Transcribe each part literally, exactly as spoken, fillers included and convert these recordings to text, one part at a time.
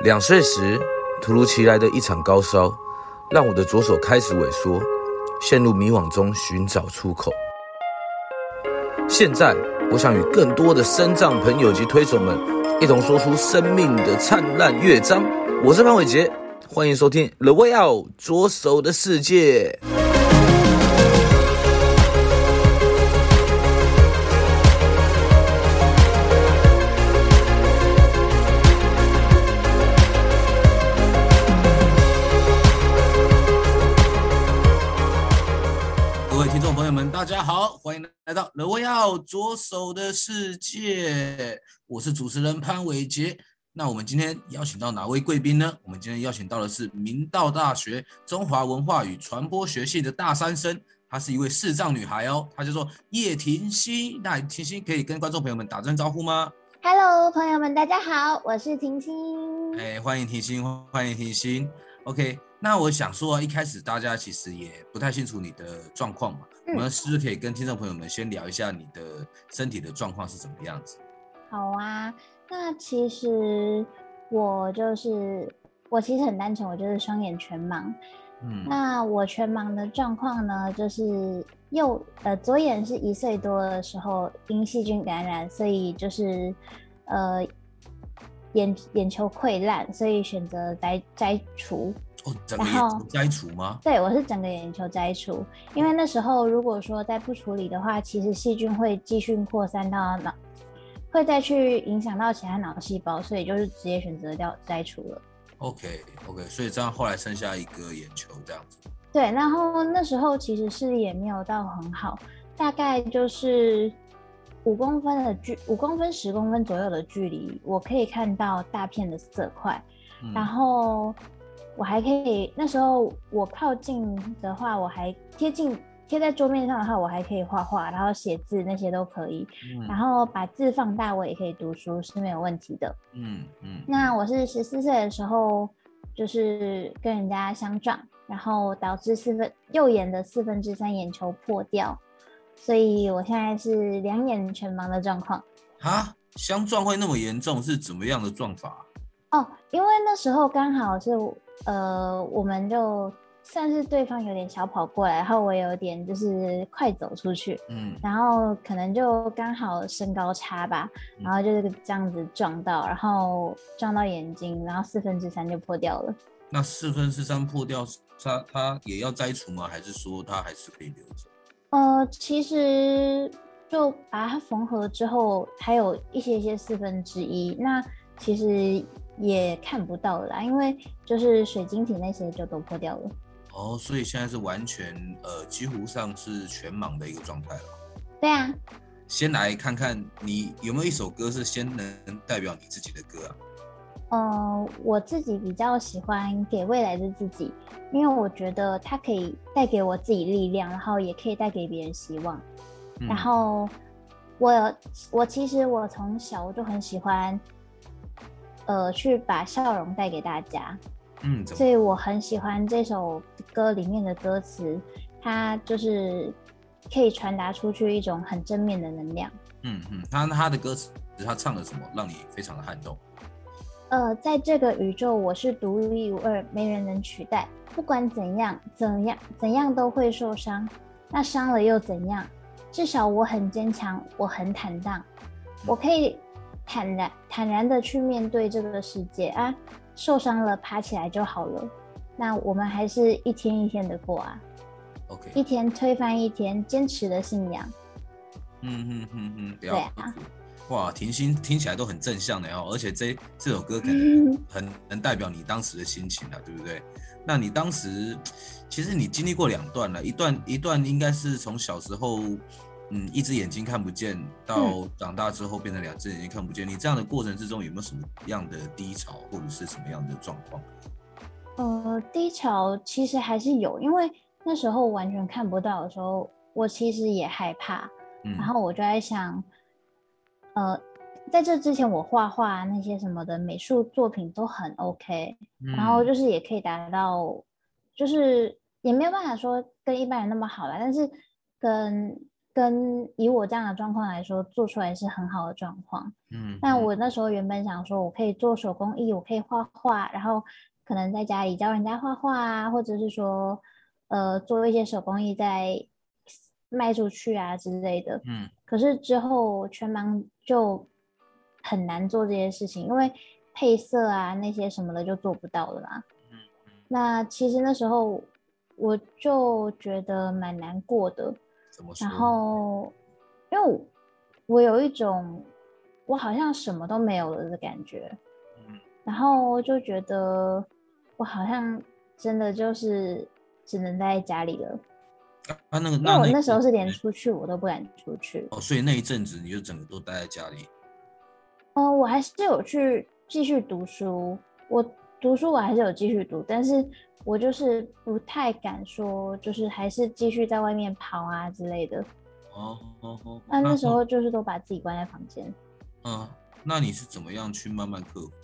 两岁时，突如其来的一场高烧，让我的左手开始萎缩，陷入迷惘中寻找出口。现在，我想与更多的身障朋友及推手们一同说出生命的灿烂乐章。我是潘伟杰，欢迎收听 The Way Out 左手的世界。大家好，欢迎来到 The Way Out 左手的世界，我是主持人潘伟杰。那我们今天邀请到哪位贵宾呢？我们今天邀请到的是明道大学中华文化与传播学系的大三生，她是一位视障女孩哦，她叫做叶婷欣。那婷欣可以跟观众朋友们打声招呼吗？ Hello， 朋友们，大家好，我是婷欣。 哎，欢迎婷欣，欢迎婷欣。OK， 那我想说，一开始大家其实也不太清楚你的状况嘛。我们是不是可以跟听众朋友们先聊一下你的身体的状况是怎么样子？ 好啊，那其实我就是我其实很单纯，我就是双眼全盲。嗯，那我全盲的状况呢，就是右呃左眼是一岁多的时候因细菌感染，所以就是呃眼眼球溃烂，所以选择摘摘除。 哦，整个眼球摘除吗？ 对，我是整个眼球摘除，因为那时候如果说再不处理的话，其实细菌会继续扩散到脑，会再去影响到其他脑细胞，所以就是直接选择掉摘除了。 OK OK， 所以这样后来剩下一个眼球这样子。 对，然后那时候其实视野没有到很好，大概就是五公分的距，五公分十公分左右的距离，我可以看到大片的色块，嗯、然后。我还可以，那时候我靠近的话，我还贴近贴在桌面上的话，我还可以画画，然后写字那些都可以。嗯、然后把字放大，我也可以读书，是没有问题的。嗯嗯。那我是十四岁的时候，就是跟人家相撞，然后导致四分右眼的四分之三眼球破掉，所以我现在是两眼全盲的状况。 啊，相撞会那么严重，是怎么样的撞法？ 哦，因为那时候刚好是呃，我们就算是对方有点小跑过来，然后我有点就是快走出去，嗯，然后可能就刚好身高差吧，嗯、然后就是这样子撞到，然后撞到眼睛，然后四分之三就破掉了。 那四分之三破掉，它它也要摘除吗？还是说它还是可以留着？ 呃，其实就把它缝合之后，还有一些些四分之一，那其实。也看不到了啦，因为就是水晶体那些就都破掉了。 哦，所以现在是完全呃几乎上是全盲的一个状态了。 对啊。 先来看看你有没有一首歌是先能代表你自己的歌啊？ 呃，我自己比较喜欢《给未来的自己》，因为我觉得它可以带给我自己力量，然后也可以带给别人希望。嗯、然后我我其实我从小我就很喜欢。呃，去把笑容带给大家，嗯，所以我很喜欢这首歌里面的歌词，它就是可以传达出去一种很正面的能量。 嗯嗯，他他的歌词，他唱了什么让你非常的撼动？ 呃，在这个宇宙，我是独一无二，没人能取代。不管怎样，怎样，怎样都会受伤，那伤了又怎样？至少我很坚强，我很坦荡，嗯、我可以。坦然坦然的去面对这个世界啊，受伤了爬起来就好了。那我们还是一天一天的过啊 ，OK， 一天推翻一天，坚持的信仰。 嗯嗯嗯嗯， 对啊， 哇，婷欣听起来都很正向的哦，而且这这首歌可能很能代表你当时的心情啊，对不对？那你当时其实你经历过两段了，一段一段应该是从小时候。嗯，一只眼睛看不见，到长大之后变成两只眼睛看不见。嗯、你这样的过程之中有没有什么样的低潮，或者是什么样的状况？ 呃，低潮其实还是有，因为那时候完全看不到的时候，我其实也害怕。嗯、然后我就在想，呃，在这之前我画画那些什么的美术作品都很 OK，、嗯、然后就是也可以达到，就是也没有办法说跟一般人那么好啦，但是跟跟以我这样的状况来说，做出来是很好的状况。 嗯那我那时候原本想说，我可以做手工艺，我可以画画，然后可能在家里教人家画画啊，或者是说，呃，做一些手工艺再卖出去啊之类的。 嗯可是之后全盲就很难做这些事情，因为配色啊那些什么的就做不到了嘛。 嗯， 那其实那时候我就觉得蛮难过的，然怎么说？ 后因为我我有一种我好像什么都没有了的感觉， 嗯， 然后就觉得我好像真的就是只能在家里了， 啊，那个因为我那那一阵子那时候是连呢出去我都不敢出去。 哦，所以那一阵子你就整个都待在家里。 嗯、呃我还是有去继续读书，我读书我还是有继续读，但是我就是不太敢说，就是还是继续在外面跑啊之类的。 哦哦哦， 那那时那后候就是都把自己关在房间。 嗯，那你是怎么样去慢慢克服？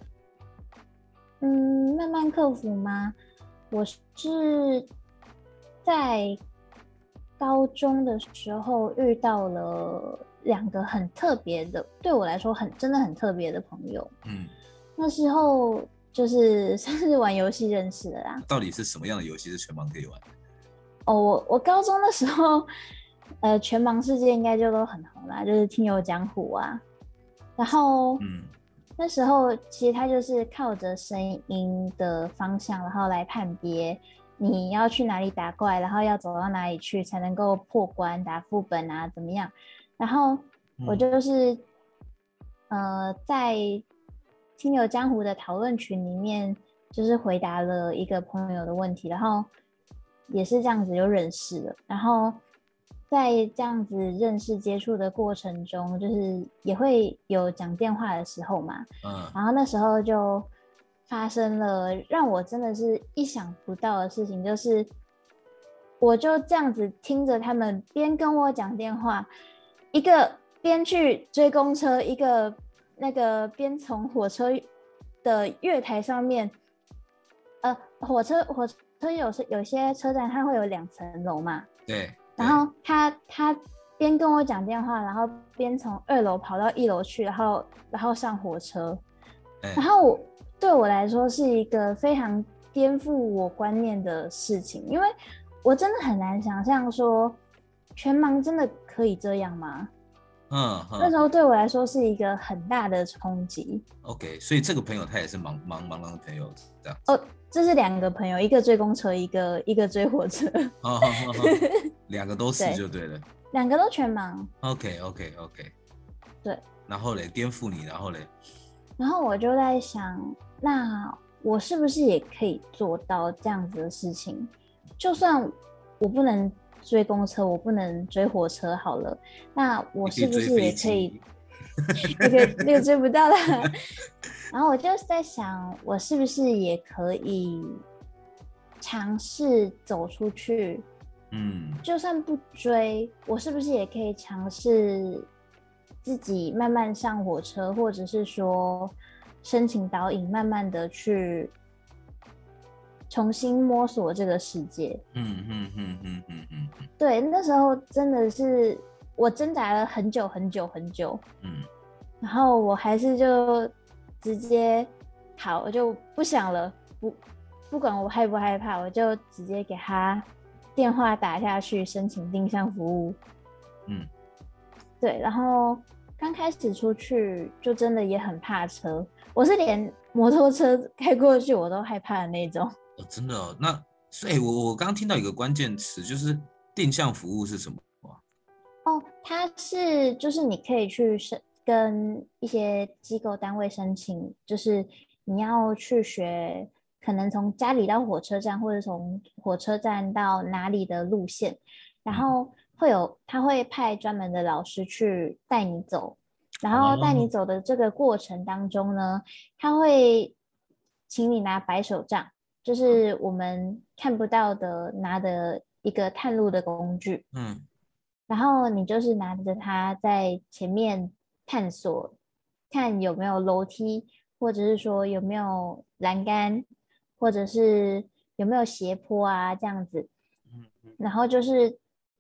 嗯，慢慢克服吗？我是在高中的时候遇到了两个很特别的，对我来说很真的很特别的朋友。 嗯， 那时候就是算是玩游戏认识的啦。 到底是什么样的游戏是全盲可以玩？ 哦，我我高中的时候，呃，全盲世界应该就都很红啦，就是听游江湖啊。然后嗯那时候其实他就是靠着声音的方向，然后来判别你要去哪里打怪，然后要走到哪里去才能够破关、打副本啊，怎么样？然后我嗯就是呃在听游江湖的讨论群里面，就是回答了一个朋友的问题，然后也是这样子就认识了，然后。在这样子认识接触的过程中，就是也会有讲电话的时候嘛， 嗯然后那时候就发生了让我真的是意想不到的事情，就是我就这样子听着他们边跟我讲电话，一个边去追公车，一个那个边从火车的月台上面，呃，火车火车有有些车站它会有两层楼嘛， 对对， 然后他他边跟我讲电话，然后边从二楼跑到一楼去，然后然后上火车， 哎然后我对我来说是一个非常颠覆我观念的事情，因为我真的很难想象说全盲真的可以这样吗？ 嗯嗯那时候对我来说是一个很大的冲击。 ，OK，所以这个朋友他也是盲盲盲狼的朋友，这样子。 哦，这是两个朋友，一个追公车，一个一个追火车。 好好好好，两个都是对， 就对了。 两个都全盲。 OK OK OK， 对， 然后嘞颠覆你，然后嘞， 然后我就在想，那我是不是也可以做到这样子的事情？就算我不能追公车，我不能追火车好了，那我是不是你可以追飞也可以？ 机。 那个那个追不到了。然后我就在想，我是不是也可以尝试走出去？ 嗯就算不追，我是不是也可以尝试自己慢慢上火车，或者是说申请导引，慢慢的去重新摸索这个世界？ 嗯嗯嗯嗯嗯嗯对，那时候真的是我挣扎了很久很久很久， 嗯然后我还是就直接好，我就不想了，不不管我害不害怕，我就直接给他电话打下去申请定向服务。 嗯， 对，然后刚开始出去就真的也很怕车，我是连摩托车开过去我都害怕的那种。 哦，真的哦，那所以我我刚刚听到一个关键词，就是定向服务是什么啊？ 哦，它是就是你可以去申跟一些机构单位申请，就是你要去学，可能从家里到火车站，或者从火车站到哪里的路线，然嗯， 后会有他会派专门的老师去带你走，然后带你哦， 走的这个过程当中呢，他会请你拿白手杖，就是我们看不到的拿的一个探路的工具。 嗯然后你就是拿着它在前面探索，看有没有楼梯，或者是说有没有栏杆，或者是有没有斜坡啊这样子。 嗯嗯然后就是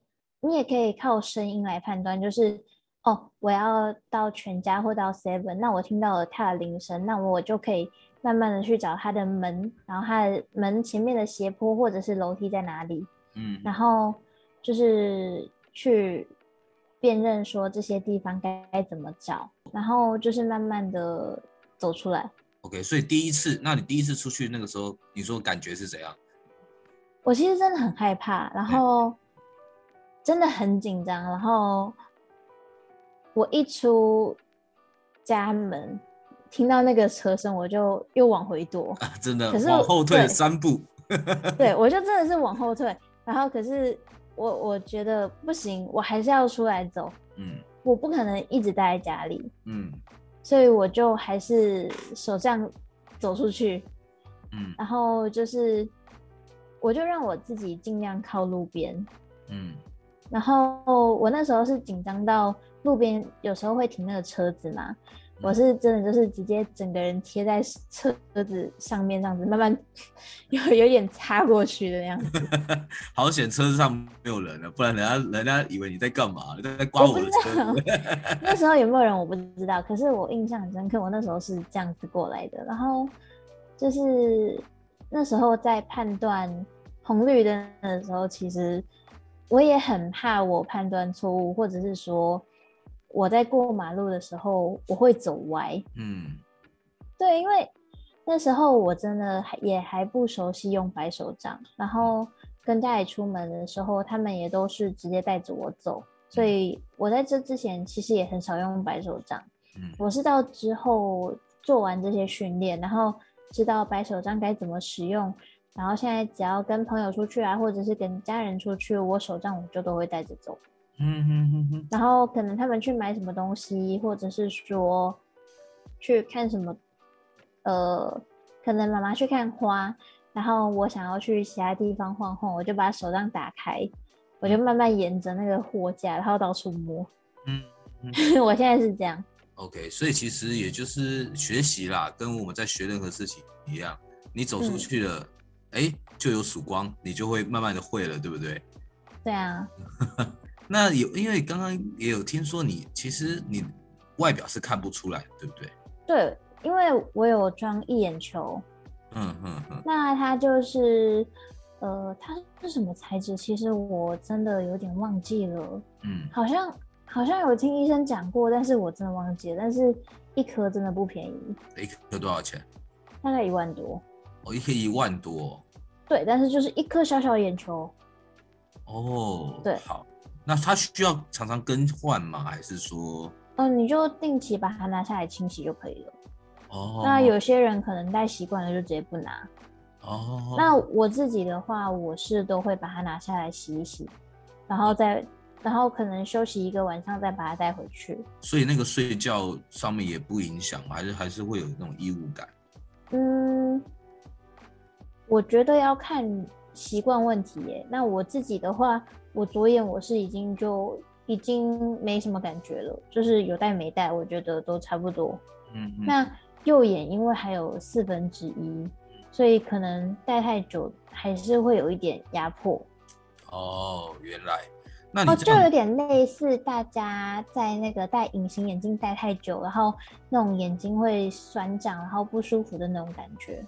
你也可以靠声音来判断，就是哦，我要到全家或到 seven， 那我听到了它的铃声，那我就可以慢慢的去找它的门，然后它的门前面的斜坡或者是楼梯在哪里， 嗯， 然后就是去辨认说这些地方该怎么找，然后就是慢慢的走出来。 OK，所以第一次，那你第一次出去那个时候，你说感觉是怎样？ 我其实真的很害怕，然后真的很紧张，然后我一出家门，听到那个车声，我就又往回躲。 啊，真的可是往后退了对三步。 对，我就真的是往后退，然后可是我我觉得不行，我还是要出来走， 嗯我不可能一直待在家里， 嗯所以我就还是手这样走出去， 嗯然后就是我就让我自己尽量靠路边， 嗯然后我那时候是紧张到路边有时候会停那个车子嘛，我是真的就是直接整个人贴在车子上面这样子，慢慢有有点擦过去的那样子。 好险车上没有人了，不然人家人家以为你在干嘛？你在刮我不知我的车道那时候有没有人我不知道，可是我印象很深刻，我那时候是这样子过来的。然后就是那时候在判断红绿灯的时候，其实我也很怕我判断错误，或者是说我在过马路的时候我会走歪。 嗯对，因为那时候我真的还也还不熟悉用白手杖，然后跟家里出门的时候，他们也都是直接带着我走，所以我在这之前其实也很少用白手杖。 嗯我是到之后做完这些训练，然后知道白手杖该怎么使用，然后现在只要跟朋友出去啊，或者是跟家人出去，我手杖我就都会带着走。 嗯嗯嗯然后可能他们去买什么东西，或者是说去看什么，呃，可能妈妈去看花，然后我想要去其他地方晃晃，我就把手杖打开，我就慢慢沿着那个货架，然后到处摸。 嗯嗯我现在是这样。 OK，所以其实也就是学习啦，跟我们在学任何事情一样，你走出去了，哎、嗯，就有曙光，你就会慢慢的会了，对不对？ 对啊。 那有，因为刚刚也有听说你其实你外表是看不出来的，对不对？ 对，因为我有装一眼球， 嗯嗯嗯， 那它就是呃，它是什么材质？其实我真的有点忘记了。 嗯， 好像好像有听医生讲过，但是我真的忘记了。但是一颗真的不便宜， 一颗多少钱？ 大概一万多。 哦，一颗一万多。 对，但是就是一颗小小眼球。 哦， 对， 好，那它需要常常更换吗？还是说？ 嗯、呃，你就定期把它拿下来清洗就可以了。 哦， 那有些人可能戴习惯了就直接不拿。 哦， 那我自己的话，我是都会把它拿下来洗一洗，然后再，然后可能休息一个晚上再把它带回去。 所以那个睡觉上面也不影响吗？还是还是会有那种异物感？ 嗯，我觉得要看习惯问题耶。那我自己的话，我左眼我是已经就已经没什么感觉了，就是有戴没戴，我觉得都差不多。 嗯嗯。 那右眼因为还有四分之一，所以可能戴太久还是会有一点压迫。 哦，原来，那你哦， 这样就有点类似大家在那个戴隐形眼镜戴太久，然后那种眼睛会酸胀，然后不舒服的那种感觉。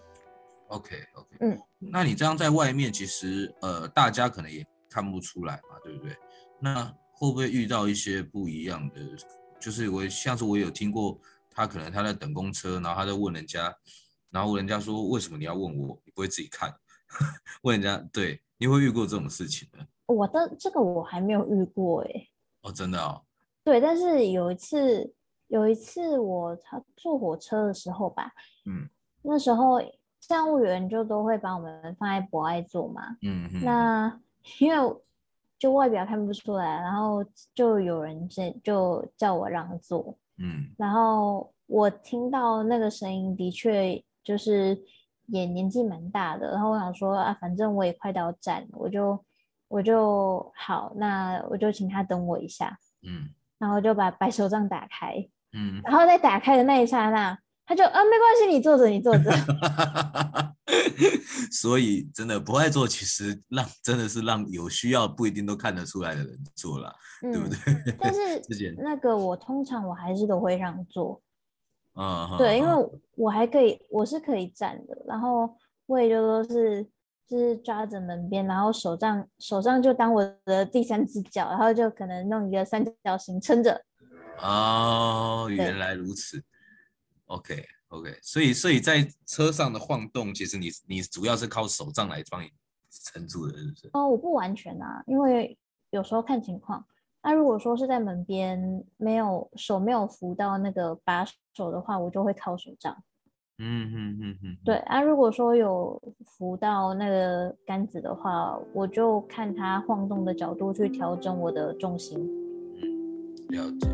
OK OK， 嗯， 那你这样在外面，其实呃，大家可能也看不出来嘛，对不对？那会不会遇到一些不一样的？就是我像是我有听过，他可能他在等公车，然后他在问人家，然后人家说为什么你要问我？你不会自己看？问人家，对，你会遇过这种事情的？ 我的这个我还没有遇过哎。 哦，真的哦。 对，但是有一次，有一次我坐火车的时候吧， 嗯那时候站务员就都会把我们放在博爱座嘛。 嗯嗯， 那因为就外表看不出来，然后就有人就叫我让座。 嗯， 然后我听到那个声音，的确就是也年纪蛮大的。然后我想说啊，反正我也快到站了，我就我就好，那我就请他等我一下。 嗯然后就把白手杖打开， 嗯， 然后在打开的那一刹那，他就啊没关系，你坐着，你坐着。 所以真的不爱做，其实让真的是让有需要不一定都看得出来的人做啦，嗯、对不对？ 但是那个我通常我还是都会让座， 嗯， 对，因为我还可以，我是可以站的，然后我也就都是就是抓着门边，然后手杖手杖就当我的第三只脚，然后就可能弄一个三角形撑着。 哦，原来如此。OK OK， 所以所以在车上的晃动，其实你你主要是靠手杖来帮你撑住的，是不是？ 哦，我不完全啊，因为有时候看情况。那如果说是在门边没有手没有扶到那个把手的话，我就会靠手杖。 嗯嗯嗯嗯， 对啊，如果说有扶到那个杆子的话，我就看它晃动的角度去调整我的重心。 嗯，了解。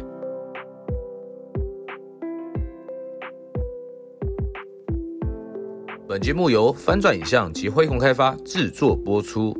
本节目由翻转影像及恢宏开发制作播出。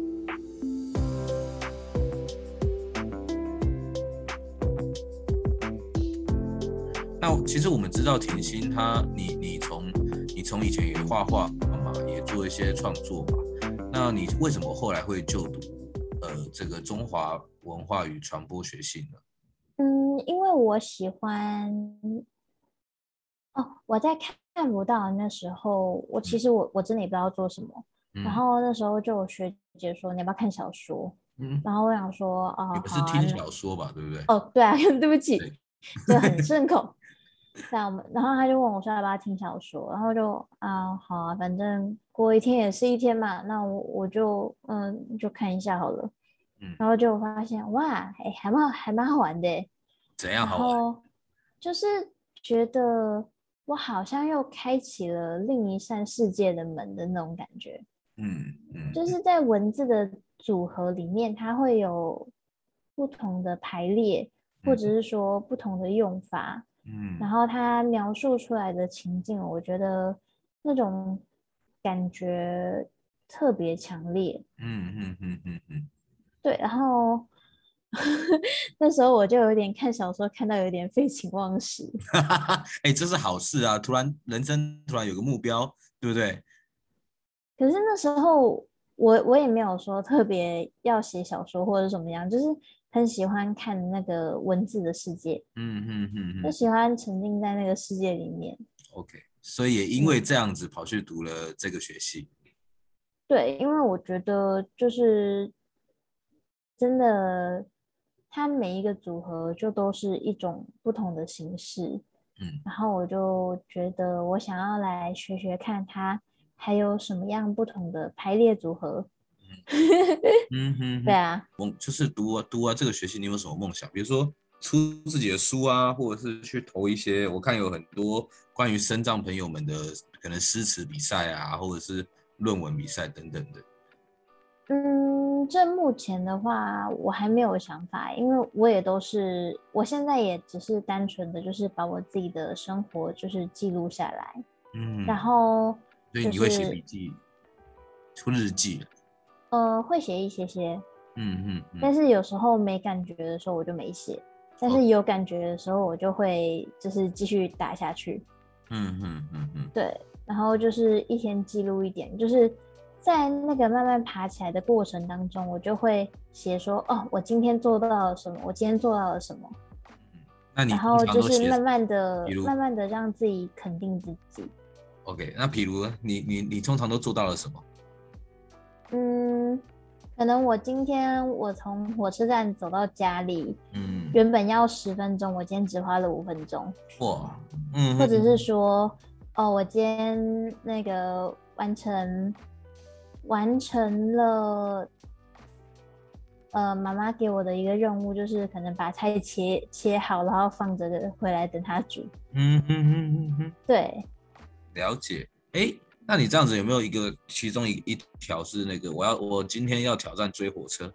那其实我们知道甜心他，你你从你从以前也画画嘛，也做一些创作嘛。那你为什么后来会就读呃这个中华文化与传播学系呢？ 嗯，因为我喜欢哦，我在看看不到的那时候，我其实我我真的也不知道做什么。 嗯、 然后那时候就有学姐说你要不要看小说， 嗯， 然后我想说哦你是好啊， 听小说吧，对不对？ 哦对啊，对不起， 对， 就很顺口。那我们，然后他就问我说要不要听小说，然后就啊好啊，反正过一天也是一天嘛，那我我就嗯就看一下好了。 嗯， 然后就发现哇，哎还蛮还蛮好玩的，然怎样好玩？ 后就是觉得我好像又开启了另一扇世界的门的那种感觉。 嗯嗯， 就是在文字的组合里面，它会有不同的排列，或者嗯是说不同的用法，然嗯后它描述出来的情境，我觉得那种感觉特别强烈。 嗯嗯嗯嗯嗯， 对，然后那时候我就有点看小说，看到有点废寝忘食。 哈哈哈，哎，这是好事啊！突然人生突然有个目标，对不对？ 可是那时候我我也没有说特别要写小说或者怎么样，就是很喜欢看那个文字的世界， 嗯嗯嗯嗯就喜欢沉浸在那个世界里面。 ，OK，所以也因为嗯， 这样子跑去读了这个学系。 对，因为我觉得就是真的，它每一个组合就都是一种不同的形式， 嗯然后我就觉得我想要来学学看它还有什么样不同的排列组合。 嗯哼哼， 对啊。 梦就是读啊读啊这个学系，你有什么梦想？比如说出自己的书啊，或者是去投一些，我看有很多关于身障朋友们的可能诗词比赛啊，或者是论文比赛等等的。 嗯，这目前的话我还没有想法，因为我也都是，我现在也只是单纯的就是把我自己的生活就是记录下来，然嗯， 后所以你会写就是笔记、出日记。 呃会写一些些， 嗯嗯嗯但是有时候没感觉的时候我就没写，但是 ，OK， 有感觉的时候我就会就是继续打下去。 嗯嗯嗯嗯对，然后就是一天记录一点，就是在那个慢慢爬起来的过程当中，我就会写说，哦，我今天做到了什么，我今天做到了什么， 嗯。那你然通后就是常都写， 慢慢比如的、慢慢的让自己肯定自己。 OK，那比如你你你通常都做到了什么？ 嗯，可能我今天我从火车站走到家里， 嗯， 原本要十分钟，我今天只花了五分钟， 哇，嗯或者是嗯说，哦，我今天那个完成完成了。呃，妈妈给我的一个任务就是可能把菜切切好，然后放着回来等它煮。 嗯嗯嗯嗯嗯， 对， 了解。哎，那你这样子有没有一个其中一一条是那个我要我今天要挑战追火车？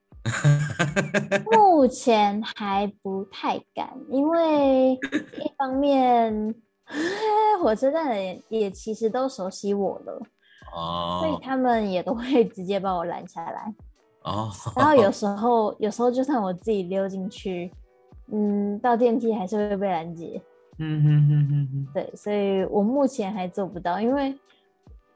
目前还不太敢，因为一方面火车站的人也其实都熟悉我了，所以哦他们也都会直接把我拦下来。 哦， 然后有时候，有时候就算我自己溜进去，嗯，到电梯还是会被拦截。 嗯哼哼哼哼， 对，所以我目前还做不到，因为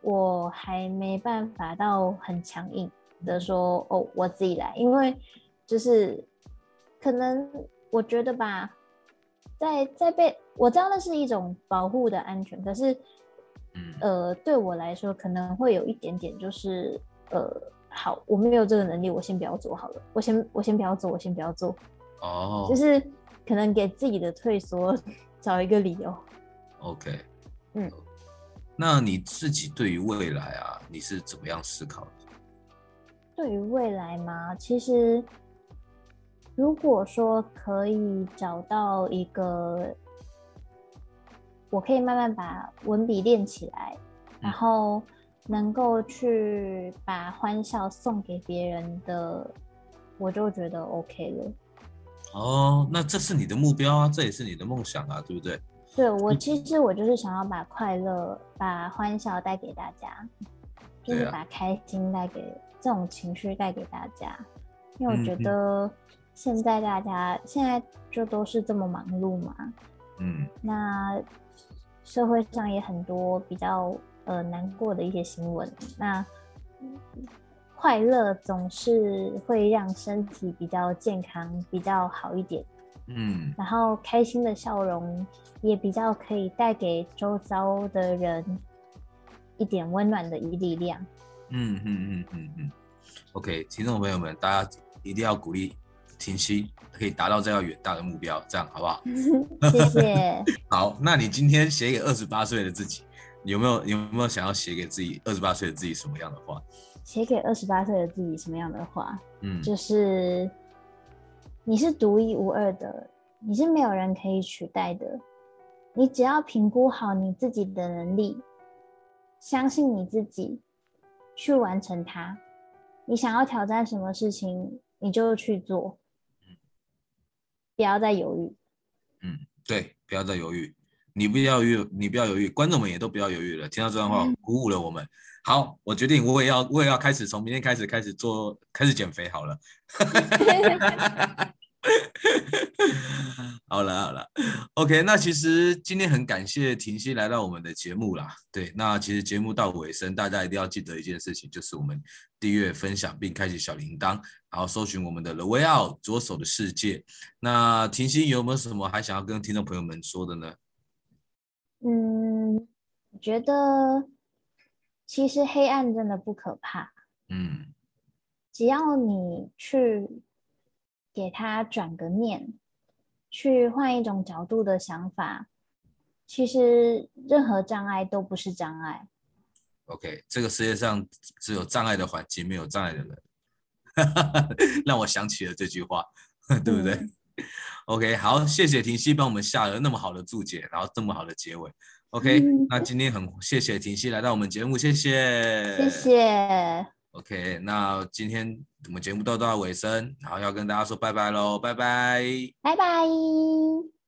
我还没办法到很强硬的说哦，我自己来，因为就是可能我觉得吧，在在被我知道那是一种保护的安全，可是， 嗯呃，对我来说可能会有一点点就是呃，好，我没有这个能力，我先不要做好了，我先我先不要做，我先不要做， 哦， 就是可能给自己的退缩找一个理由。 OK， 嗯， 那你自己对于未来啊，你是怎么样思考的？ 对于未来嘛，其实如果说可以找到一个，我可以慢慢把文笔练起来，然后能够去把欢笑送给别人的，我就觉得 OK 了。 哦，那这是你的目标啊，这也是你的梦想啊，对不对？ 对，我其实我就是想要把快乐、把欢笑带给大家，就是把开心带给这种情绪带给大家，因为我觉得现在大家现在就都是这么忙碌嘛， 嗯， 那社会上也很多比较呃难过的一些新闻，那快乐总是会让身体比较健康，比较好一点。 嗯， 然后开心的笑容也比较可以带给周遭的人一点温暖的力量。 嗯嗯嗯嗯嗯 OK， 听众朋友们，大家一定要鼓励婷熙可以达到这样远大的目标，这样好不好？ 谢谢。 好，那你今天写给二十八岁的自己，有没有有没有想要写给自己二十八岁的自己什么样的话？ 写给二十八岁的自己什么样的话？ 嗯， 就是你是独一无二的，你是没有人可以取代的。你只要评估好你自己的能力，相信你自己，去完成它。你想要挑战什么事情，你就去做，不要再犹豫。 嗯，对，不要再犹豫，你不要犹豫，你不要犹豫，观众们也都不要犹豫了。听到这段话，鼓舞了我们。好，我决定，我也要，我也要开始从明天开始开始做，开始减肥好了。好了好了 ，OK， 那其实今天很感谢婷熙来到我们的节目啦。对，那其实节目到尾声，大家一定要记得一件事情，就是我们订阅、分享并开启小铃铛，然后搜寻我们的 The Way Out 左手的世界。那婷熙有没有什么还想要跟听众朋友们说的呢？ 嗯，我觉得其实黑暗真的不可怕， 嗯只要你去给它转个念，去换一种角度的想法，其实任何障碍都不是障碍。 ，OK，这个世界上只有障碍的环境，没有障碍的人，让我想起了这句话，对不对？ 嗯 OK，好，谢谢婷熙帮我们下了那么好的注解，然后这么好的结尾。OK，那今天很谢谢婷熙来到我们节目，谢谢。 谢谢， OK，那今天我们节目都到尾声，然后要跟大家说拜拜喽，拜拜。 拜拜。